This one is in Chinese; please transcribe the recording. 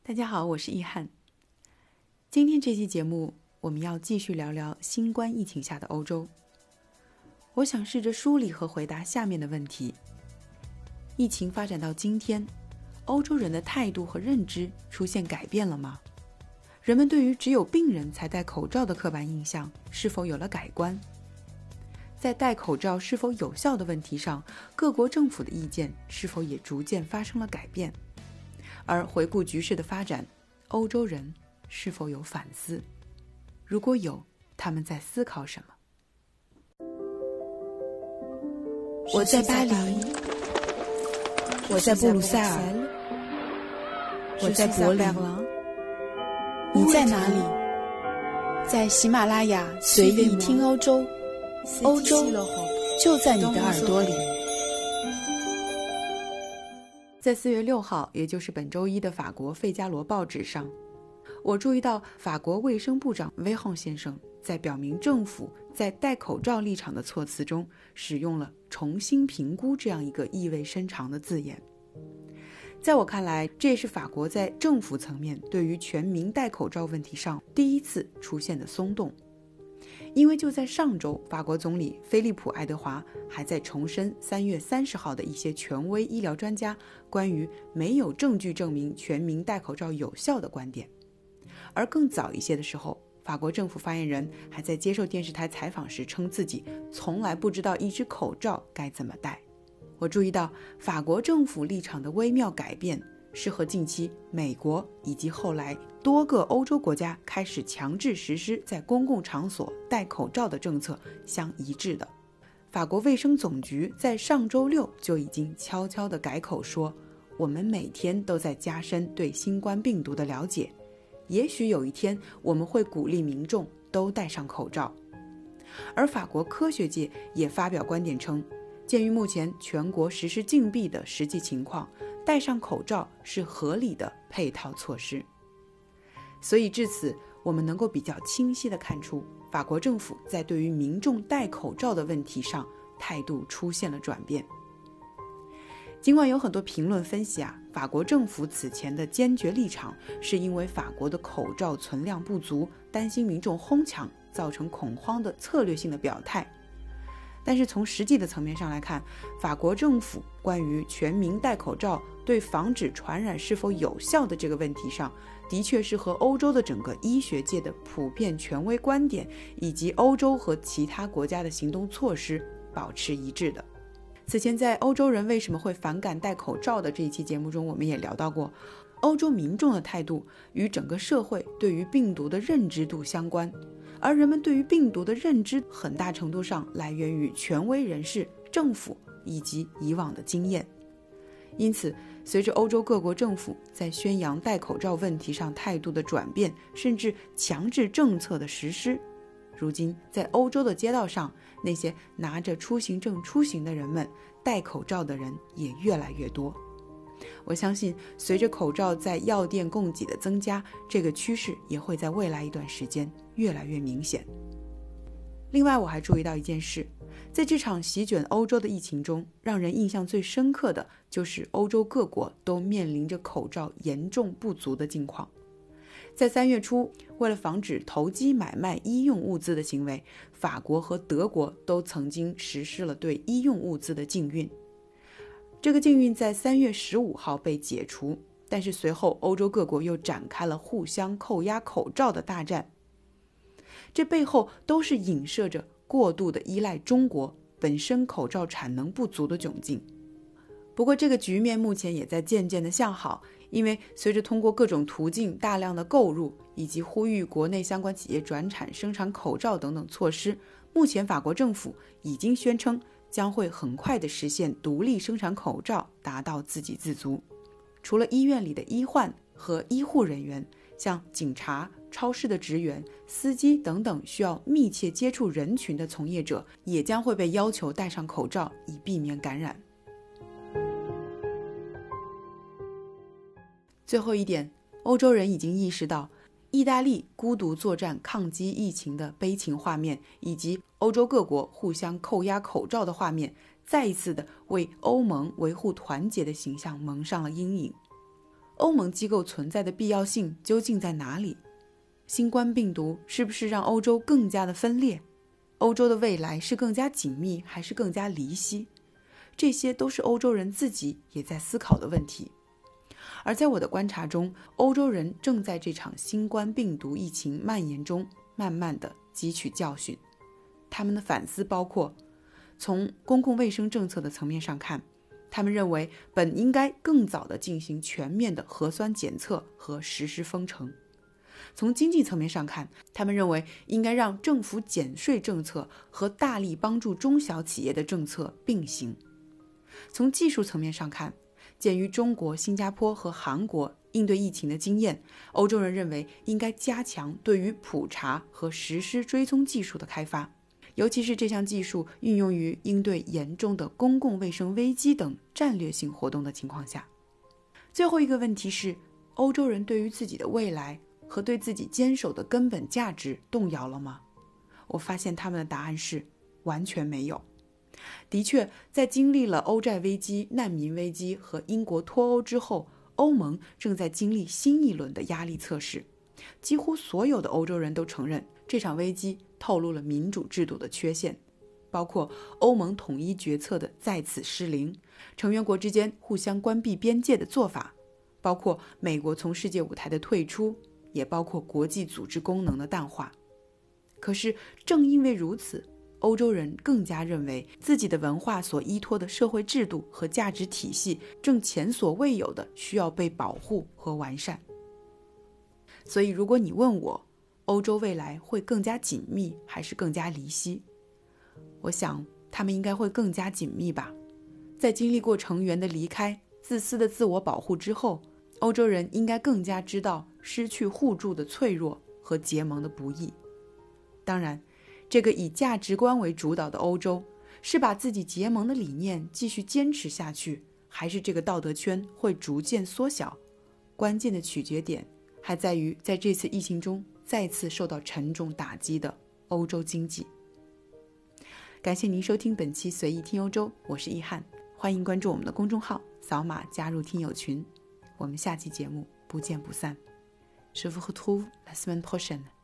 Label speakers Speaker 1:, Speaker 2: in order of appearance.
Speaker 1: 大家好，我是易翰。今天这期节目，我们要继续聊聊新冠疫情下的欧洲。我想试着梳理和回答下面的问题：疫情发展到今天，欧洲人的态度和认知出现改变了吗？人们对于只有病人才戴口罩的刻板印象是否有了改观？在戴口罩是否有效的问题上，各国政府的意见是否也逐渐发生了改变？而回顾局势的发展，欧洲人是否有反思？如果有，他们在思考什么？
Speaker 2: 我在巴黎，我在布鲁塞尔，我在柏林，你在哪里？在喜马拉雅随意听欧洲，欧洲就在你的耳朵里。
Speaker 1: 在4月6号，也就是本周一的法国《费加罗报纸》上，我注意到法国卫生部长威汉先生在表明政府在戴口罩立场的措辞中使用了重新评估这样一个意味深长的字眼。在我看来，这也是法国在政府层面对于全民戴口罩问题上第一次出现的松动。因为就在上周，法国总理菲利普·爱德华还在重申3月30号的一些权威医疗专家关于没有证据证明全民戴口罩有效的观点。而更早一些的时候，法国政府发言人还在接受电视台采访时称自己从来不知道一只口罩该怎么戴。我注意到法国政府立场的微妙改变是和近期美国以及后来多个欧洲国家开始强制实施在公共场所戴口罩的政策相一致的。法国卫生总局在上周六就已经悄悄地改口说，我们每天都在加深对新冠病毒的了解，也许有一天我们会鼓励民众都戴上口罩。而法国科学界也发表观点称，鉴于目前全国实施禁闭的实际情况，戴上口罩是合理的配套措施。所以至此，我们能够比较清晰地看出，法国政府在对于民众戴口罩的问题上态度出现了转变。尽管有很多评论分析法国政府此前的坚决立场是因为法国的口罩存量不足，担心民众哄抢造成恐慌的策略性的表态，但是从实际的层面上来看，法国政府关于全民戴口罩对防止传染是否有效的这个问题上，的确是和欧洲的整个医学界的普遍权威观点以及欧洲和其他国家的行动措施保持一致的。此前在欧洲人为什么会反感戴口罩的这一期节目中，我们也聊到过，欧洲民众的态度与整个社会对于病毒的认知度相关，而人们对于病毒的认知很大程度上来源于权威人士、政府以及以往的经验。因此，随着欧洲各国政府在宣扬戴口罩问题上态度的转变，甚至强制政策的实施，如今在欧洲的街道上，那些拿着出行证出行的人们，戴口罩的人也越来越多。我相信随着口罩在药店供给的增加，这个趋势也会在未来一段时间越来越明显。另外，我还注意到一件事，在这场席卷欧洲的疫情中，让人印象最深刻的就是欧洲各国都面临着口罩严重不足的境况。在3月初，为了防止投机买卖医用物资的行为，法国和德国都曾经实施了对医用物资的禁运。这个禁运在3月15号被解除，但是随后欧洲各国又展开了互相扣押口罩的大战。这背后都是影射着过度的依赖中国，本身口罩产能不足的窘境。不过这个局面目前也在渐渐的向好，因为随着通过各种途径大量的购入，以及呼吁国内相关企业转产生产口罩等等措施，目前法国政府已经宣称将会很快的实现独立生产口罩，达到自给自足。除了医院里的医患和医护人员，像警察、超市的职员、司机等等需要密切接触人群的从业者，也将会被要求戴上口罩，以避免感染。最后一点，欧洲人已经意识到意大利孤独作战抗击疫情的悲情画面，以及欧洲各国互相扣押口罩的画面，再一次的为欧盟维护团结的形象蒙上了阴影。 欧盟机构存在的必要性究竟在哪里？新冠病毒是不是让欧洲更加的分裂？欧洲的未来是更加紧密还是更加离析？这些都是欧洲人自己也在思考的问题。而在我的观察中，欧洲人正在这场新冠病毒疫情蔓延中慢慢地汲取教训。他们的反思包括，从公共卫生政策的层面上看，他们认为本应该更早地进行全面的核酸检测和实施封城。从经济层面上看，他们认为应该让政府减税政策和大力帮助中小企业的政策并行。从技术层面上看，鉴于中国、新加坡和韩国应对疫情的经验，欧洲人认为应该加强对于普查和实施追踪技术的开发，尤其是这项技术运用于应对严重的公共卫生危机等战略性活动的情况下。最后一个问题是，欧洲人对于自己的未来和对自己坚守的根本价值动摇了吗？我发现他们的答案是完全没有。的确，在经历了欧债危机、难民危机和英国脱欧之后，欧盟正在经历新一轮的压力测试。几乎所有的欧洲人都承认，这场危机透露了民主制度的缺陷，包括欧盟统一决策的再次失灵，成员国之间互相关闭边界的做法，包括美国从世界舞台的退出，也包括国际组织功能的淡化。可是正因为如此，欧洲人更加认为自己的文化所依托的社会制度和价值体系正前所未有的需要被保护和完善。所以如果你问我，欧洲未来会更加紧密还是更加离析？我想他们应该会更加紧密吧。在经历过成员的离开、自私的自我保护之后，欧洲人应该更加知道失去互助的脆弱和结盟的不易。当然，这个以价值观为主导的欧洲，是把自己结盟的理念继续坚持下去，还是这个道德圈会逐渐缩小？关键的取决点还在于在这次疫情中再次受到沉重打击的欧洲经济。感谢您收听本期随意听欧洲，我是易翰，欢迎关注我们的公众号，扫码加入听友群。我们下期节目不见不散。Je vous retrouve la semaine prochaine.